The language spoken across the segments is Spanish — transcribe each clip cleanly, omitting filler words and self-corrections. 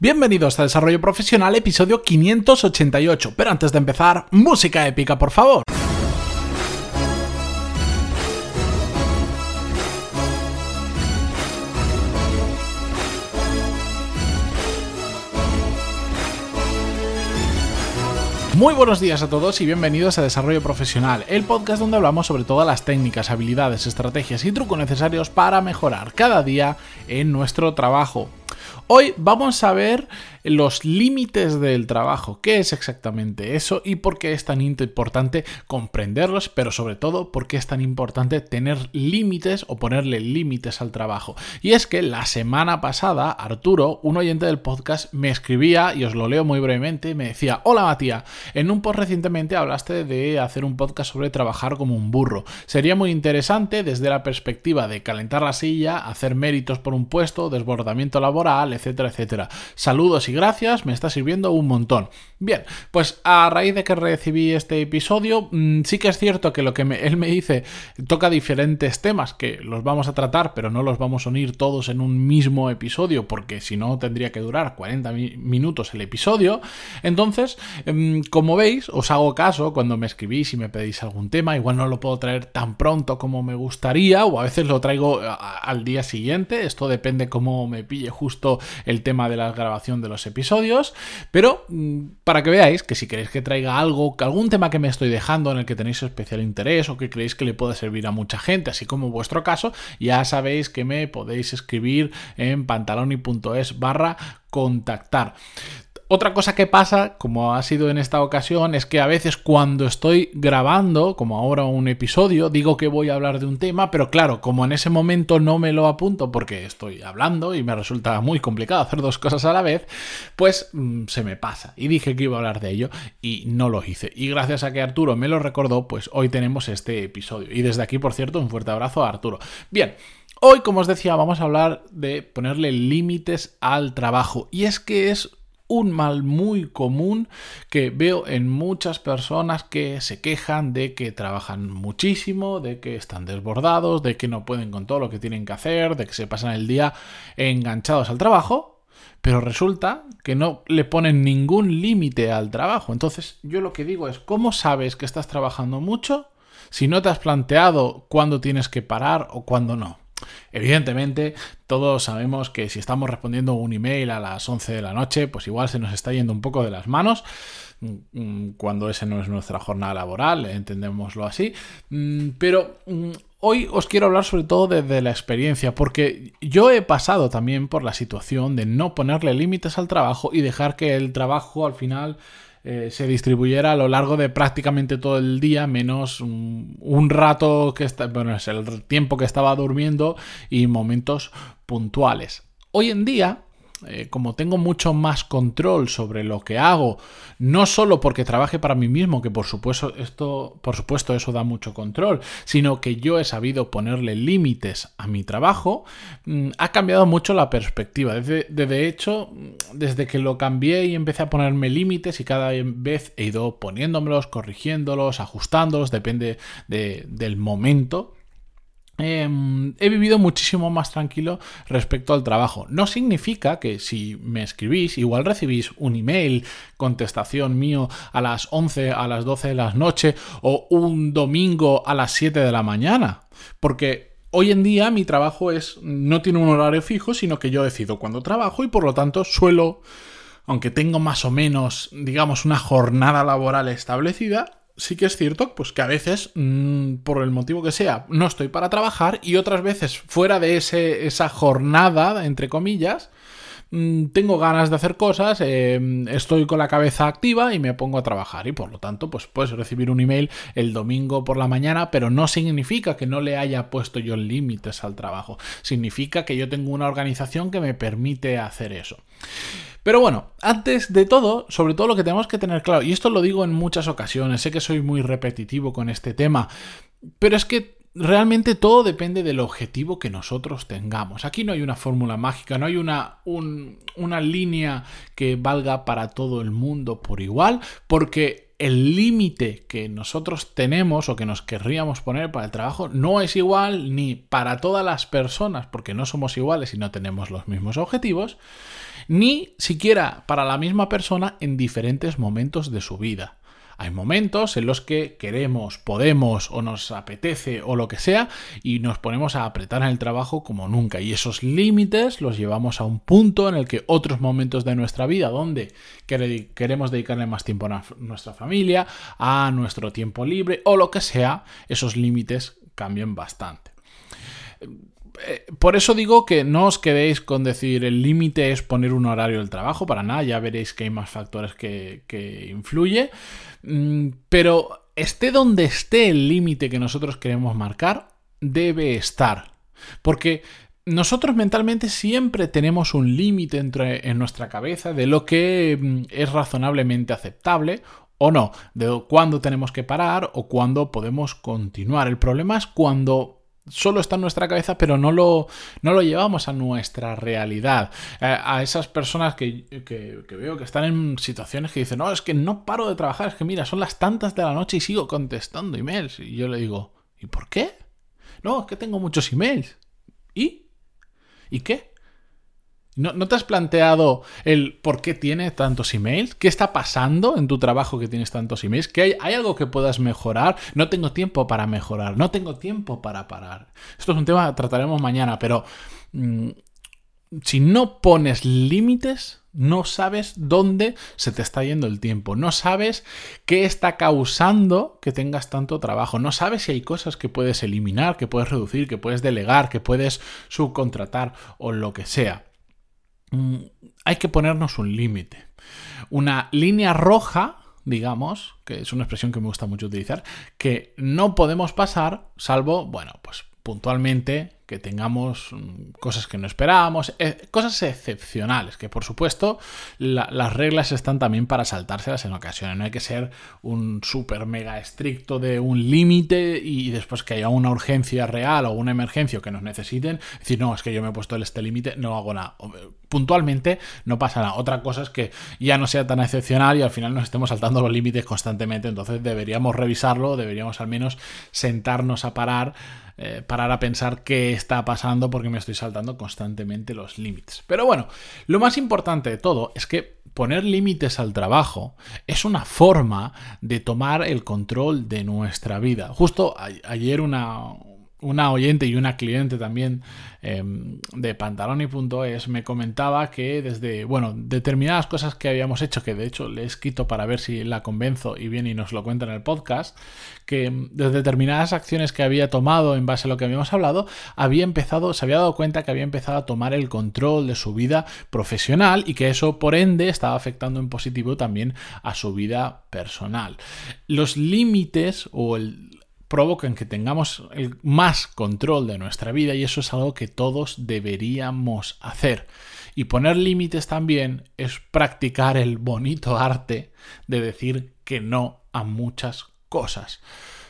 Bienvenidos a Desarrollo Profesional, episodio 588. Pero antes de empezar, música épica, por favor. Muy buenos días a todos y bienvenidos a Desarrollo Profesional, el podcast donde hablamos sobre todas las técnicas, habilidades, estrategias y trucos necesarios para mejorar cada día en nuestro trabajo. Hoy vamos a ver los límites del trabajo, qué es exactamente eso y por qué es tan importante comprenderlos, pero sobre todo por qué es tan importante tener límites o ponerle límites al trabajo. Y es que la semana pasada Arturo, un oyente del podcast, me escribía, y os lo leo muy brevemente, me decía: hola Matías, en un post recientemente hablaste de hacer un podcast sobre trabajar como un burro. Sería muy interesante desde la perspectiva de calentar la silla, hacer méritos por un puesto, desbordamiento laboral, etcétera, etcétera. Saludos y gracias, me está sirviendo un montón. Bien, pues a raíz de que recibí este episodio, sí que es cierto que lo que él me dice toca diferentes temas que los vamos a tratar, pero no los vamos a unir todos en un mismo episodio, porque si no tendría que durar 40 minutos el episodio. Entonces, como veis, os hago caso cuando me escribís y me pedís algún tema. Igual no lo puedo traer tan pronto como me gustaría, o a veces lo traigo al día siguiente. Esto depende cómo me pille justo el tema de la grabación de los episodios, pero para que veáis que si queréis que traiga algún tema que me estoy dejando en el que tenéis especial interés o que creéis que le puede servir a mucha gente, así como vuestro caso, ya sabéis que me podéis escribir en pantaloni.es/contactar. Otra cosa que pasa, como ha sido en esta ocasión, es que a veces cuando estoy grabando, como ahora un episodio, digo que voy a hablar de un tema, pero claro, como en ese momento no me lo apunto porque estoy hablando y me resulta muy complicado hacer dos cosas a la vez, pues se me pasa. Y dije que iba a hablar de ello y no lo hice. Y gracias a que Arturo me lo recordó, pues hoy tenemos este episodio. Y desde aquí, por cierto, un fuerte abrazo a Arturo. Bien. Hoy, como os decía, vamos a hablar de ponerle límites al trabajo. Y es que es un mal muy común que veo en muchas personas que se quejan de que trabajan muchísimo, de que están desbordados, de que no pueden con todo lo que tienen que hacer, de que se pasan el día enganchados al trabajo, pero resulta que no le ponen ningún límite al trabajo. Entonces, yo lo que digo es: ¿cómo sabes que estás trabajando mucho si no te has planteado cuándo tienes que parar o cuándo no? Evidentemente, todos sabemos que si estamos respondiendo un email a las 11 de la noche, pues igual se nos está yendo un poco de las manos, cuando esa no es nuestra jornada laboral, entendémoslo así, pero hoy os quiero hablar sobre todo desde la experiencia, porque yo he pasado también por la situación de no ponerle límites al trabajo y dejar que el trabajo al final se distribuyera a lo largo de prácticamente todo el día, menos un rato que es el tiempo que estaba durmiendo y momentos puntuales. Hoy en día, como tengo mucho más control sobre lo que hago, no solo porque trabaje para mí mismo, que por supuesto eso da mucho control, sino que yo he sabido ponerle límites a mi trabajo, ha cambiado mucho la perspectiva. De hecho, desde que lo cambié y empecé a ponerme límites, y cada vez he ido poniéndomelos, corrigiéndolos, ajustándolos, depende del momento. He vivido muchísimo más tranquilo respecto al trabajo. No significa que si me escribís, igual recibís un email, contestación mío a las 11, a las 12 de la noche o un domingo a las 7 de la mañana. Porque hoy en día mi trabajo no tiene un horario fijo, sino que yo decido cuándo trabajo y por lo tanto suelo, aunque tengo más o menos, digamos, una jornada laboral establecida, sí que es cierto pues que a veces, por el motivo que sea, no estoy para trabajar, y otras veces, fuera de esa jornada, entre comillas, tengo ganas de hacer cosas, estoy con la cabeza activa y me pongo a trabajar, y por lo tanto pues puedes recibir un email el domingo por la mañana, pero no significa que no le haya puesto yo límites al trabajo. Significa que yo tengo una organización que me permite hacer eso. Pero bueno, antes de todo, sobre todo lo que tenemos que tener claro, y esto lo digo en muchas ocasiones, sé que soy muy repetitivo con este tema, pero es que realmente todo depende del objetivo que nosotros tengamos. Aquí no hay una fórmula mágica, no hay una línea que valga para todo el mundo por igual, porque el límite que nosotros tenemos o que nos querríamos poner para el trabajo no es igual ni para todas las personas, porque no somos iguales y no tenemos los mismos objetivos, ni siquiera para la misma persona en diferentes momentos de su vida. Hay momentos en los que queremos, podemos o nos apetece o lo que sea y nos ponemos a apretar en el trabajo como nunca. Y esos límites los llevamos a un punto en el que otros momentos de nuestra vida donde queremos dedicarle más tiempo a nuestra familia, a nuestro tiempo libre o lo que sea, esos límites cambian bastante. Por eso digo que no os quedéis con decir el límite es poner un horario del trabajo, para nada, ya veréis que hay más factores que influye, pero esté donde esté el límite que nosotros queremos marcar, debe estar, porque nosotros mentalmente siempre tenemos un límite en nuestra cabeza de lo que es razonablemente aceptable o no, de cuándo tenemos que parar o cuándo podemos continuar. El problema es cuando solo está en nuestra cabeza, pero no lo llevamos a nuestra realidad. A esas personas que veo que están en situaciones que dicen, no, es que no paro de trabajar, es que mira, son las tantas de la noche y sigo contestando emails. Y yo le digo, ¿y por qué? No, es que tengo muchos emails. ¿Y qué? ¿No te has planteado el por qué tienes tantos emails? ¿Qué está pasando en tu trabajo que tienes tantos emails? ¿Que hay algo que puedas mejorar? No tengo tiempo para mejorar, no tengo tiempo para parar. Esto es un tema que trataremos mañana, pero si no pones límites, no sabes dónde se te está yendo el tiempo, no sabes qué está causando que tengas tanto trabajo, no sabes si hay cosas que puedes eliminar, que puedes reducir, que puedes delegar, que puedes subcontratar o lo que sea. Hay que ponernos un límite. Una línea roja, digamos, que es una expresión que me gusta mucho utilizar, que no podemos pasar, salvo, bueno, pues puntualmente que tengamos cosas que no esperábamos, cosas excepcionales, que por supuesto las reglas están también para saltárselas en ocasiones. No hay que ser un súper mega estricto de un límite y después que haya una urgencia real o una emergencia o que nos necesiten, decir, no, es que yo me he puesto este límite, no hago nada. Puntualmente no pasa nada. Otra cosa es que ya no sea tan excepcional y al final nos estemos saltando los límites constantemente, entonces deberíamos revisarlo, deberíamos al menos sentarnos a parar a pensar qué está pasando porque me estoy saltando constantemente los límites. Pero bueno, lo más importante de todo es que poner límites al trabajo es una forma de tomar el control de nuestra vida. Justo ayer una oyente y una cliente también de Pantaloni.es me comentaba que desde, determinadas cosas que habíamos hecho, que de hecho le he escrito para ver si la convenzo y viene y nos lo cuenta en el podcast, que desde determinadas acciones que había tomado en base a lo que habíamos hablado, se había dado cuenta que había empezado a tomar el control de su vida profesional y que eso por ende estaba afectando en positivo también a su vida personal. Los límites provocan que tengamos más control de nuestra vida y eso es algo que todos deberíamos hacer. Y poner límites también es practicar el bonito arte de decir que no a muchas cosas.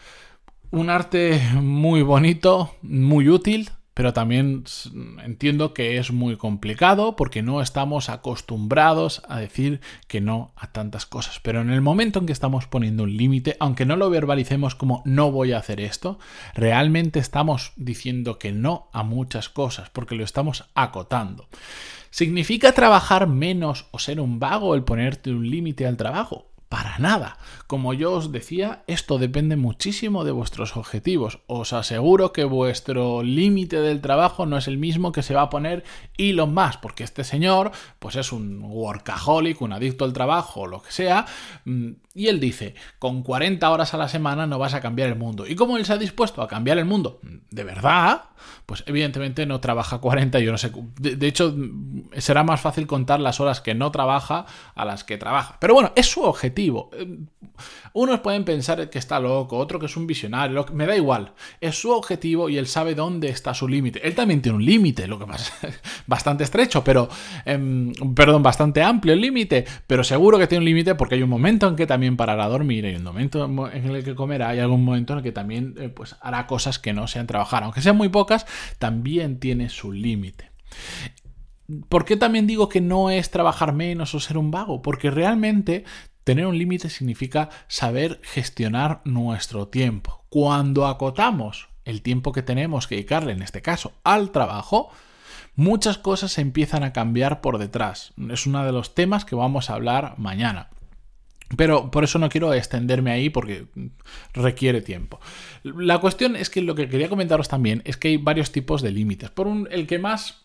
Un arte muy bonito, muy útil, pero también entiendo que es muy complicado porque no estamos acostumbrados a decir que no a tantas cosas. Pero en el momento en que estamos poniendo un límite, aunque no lo verbalicemos como no voy a hacer esto, realmente estamos diciendo que no a muchas cosas porque lo estamos acotando. ¿Significa trabajar menos o ser un vago el ponerte un límite al trabajo? Para nada. Como yo os decía, esto depende muchísimo de vuestros objetivos. Os aseguro que vuestro límite del trabajo no es el mismo que se va a poner Elon Musk, porque este señor pues es un workaholic, un adicto al trabajo o lo que sea, y él dice, con 40 horas a la semana no vas a cambiar el mundo. ¿Y cómo él se ha dispuesto a cambiar el mundo? ¿De verdad? Pues evidentemente no trabaja 40, yo no sé. De hecho, será más fácil contar las horas que no trabaja a las que trabaja. Pero bueno, es su objetivo. Unos pueden pensar que está loco, otro que es un visionario, me da igual. Es su objetivo y él sabe dónde está su límite. Él también tiene un límite, lo que pasa es bastante estrecho, pero bastante amplio el límite, pero seguro que tiene un límite porque hay un momento en que también parará a dormir, hay un momento en el que comerá, hay algún momento en el que también pues hará cosas que no sean trabajar, aunque sean muy pocas, también tiene su límite. ¿Por qué también digo que no es trabajar menos o ser un vago? Porque realmente Tener un límite significa saber gestionar nuestro tiempo. Cuando acotamos el tiempo que tenemos que dedicarle, en este caso, al trabajo, muchas cosas empiezan a cambiar por detrás. Es uno de los temas que vamos a hablar mañana. Pero por eso no quiero extenderme ahí porque requiere tiempo. La cuestión es que lo que quería comentaros también es que hay varios tipos de límites. El que más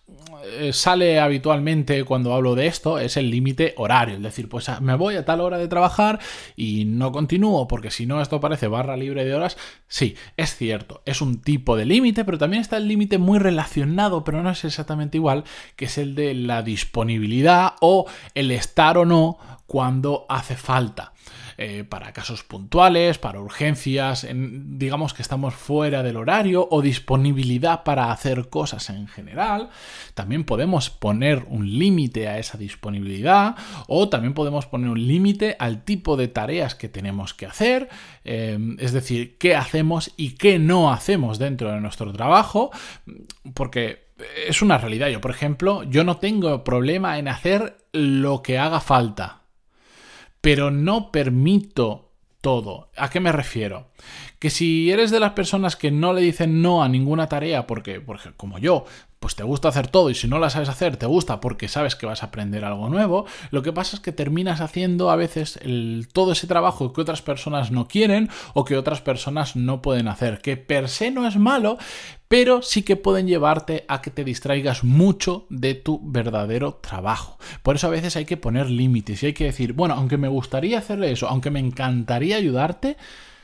sale habitualmente cuando hablo de esto es el límite horario. Es decir, pues me voy a tal hora de trabajar y no continúo porque si no esto parece barra libre de horas. Sí, es cierto, es un tipo de límite, pero también está el límite muy relacionado, pero no es exactamente igual, que es el de la disponibilidad o el estar o no cuando hace falta. Para casos puntuales, para urgencias, digamos que estamos fuera del horario o disponibilidad para hacer cosas en general. También podemos poner un límite a esa disponibilidad o también podemos poner un límite al tipo de tareas que tenemos que hacer, es decir, qué hacemos y qué no hacemos dentro de nuestro trabajo, porque es una realidad. Yo, por ejemplo, yo no tengo problema en hacer lo que haga falta, pero no permito todo. ¿A qué me refiero? Que si eres de las personas que no le dicen no a ninguna tarea porque como yo, pues te gusta hacer todo y si no la sabes hacer te gusta porque sabes que vas a aprender algo nuevo, lo que pasa es que terminas haciendo a veces todo ese trabajo que otras personas no quieren o que otras personas no pueden hacer, que per se no es malo, pero sí que pueden llevarte a que te distraigas mucho de tu verdadero trabajo. Por eso a veces hay que poner límites y hay que decir, bueno, aunque me gustaría hacerle eso, aunque me encantaría ayudarte,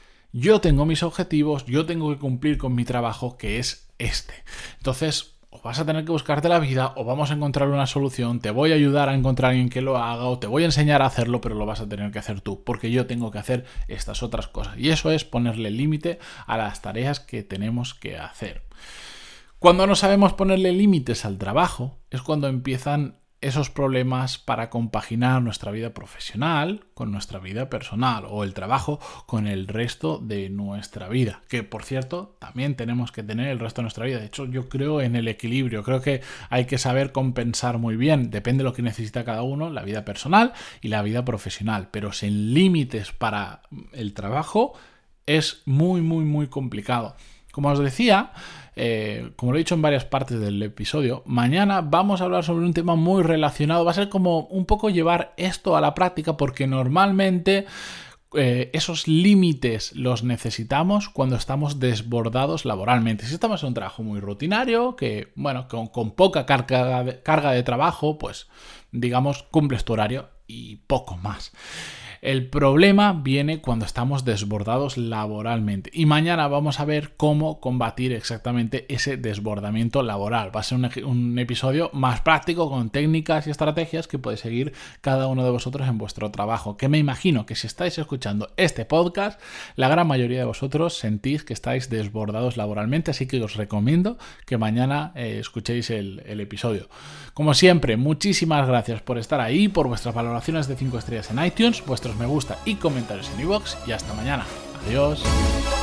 yo tengo mis objetivos, yo tengo que cumplir con mi trabajo, que es este. Entonces, o vas a tener que buscarte la vida o vamos a encontrar una solución, te voy a ayudar a encontrar a alguien que lo haga o te voy a enseñar a hacerlo, pero lo vas a tener que hacer tú, porque yo tengo que hacer estas otras cosas. Y eso es ponerle límite a las tareas que tenemos que hacer. Cuando no sabemos ponerle límites al trabajo, es cuando empiezan esos problemas para compaginar nuestra vida profesional con nuestra vida personal o el trabajo con el resto de nuestra vida, que por cierto también tenemos que tener el resto de nuestra vida. De hecho, yo creo en el equilibrio, creo que hay que saber compensar muy bien, depende de lo que necesita cada uno, la vida personal y la vida profesional, pero sin límites para el trabajo es muy muy muy complicado. Como os decía, como lo he dicho en varias partes del episodio, mañana vamos a hablar sobre un tema muy relacionado. Va a ser como un poco llevar esto a la práctica porque normalmente esos límites los necesitamos cuando estamos desbordados laboralmente. Si estamos en un trabajo muy rutinario, que bueno, con poca carga de trabajo, pues digamos cumples tu horario y poco más. El problema viene cuando estamos desbordados laboralmente. Y mañana vamos a ver cómo combatir exactamente ese desbordamiento laboral. Va a ser un episodio más práctico con técnicas y estrategias que podéis seguir cada uno de vosotros en vuestro trabajo. Que me imagino que si estáis escuchando este podcast, la gran mayoría de vosotros sentís que estáis desbordados laboralmente. Así que os recomiendo que mañana escuchéis el episodio. Como siempre, muchísimas gracias por estar ahí, por vuestras valoraciones de 5 estrellas en iTunes, vuestros me gusta y comentarios en iVoox y hasta mañana. Adiós.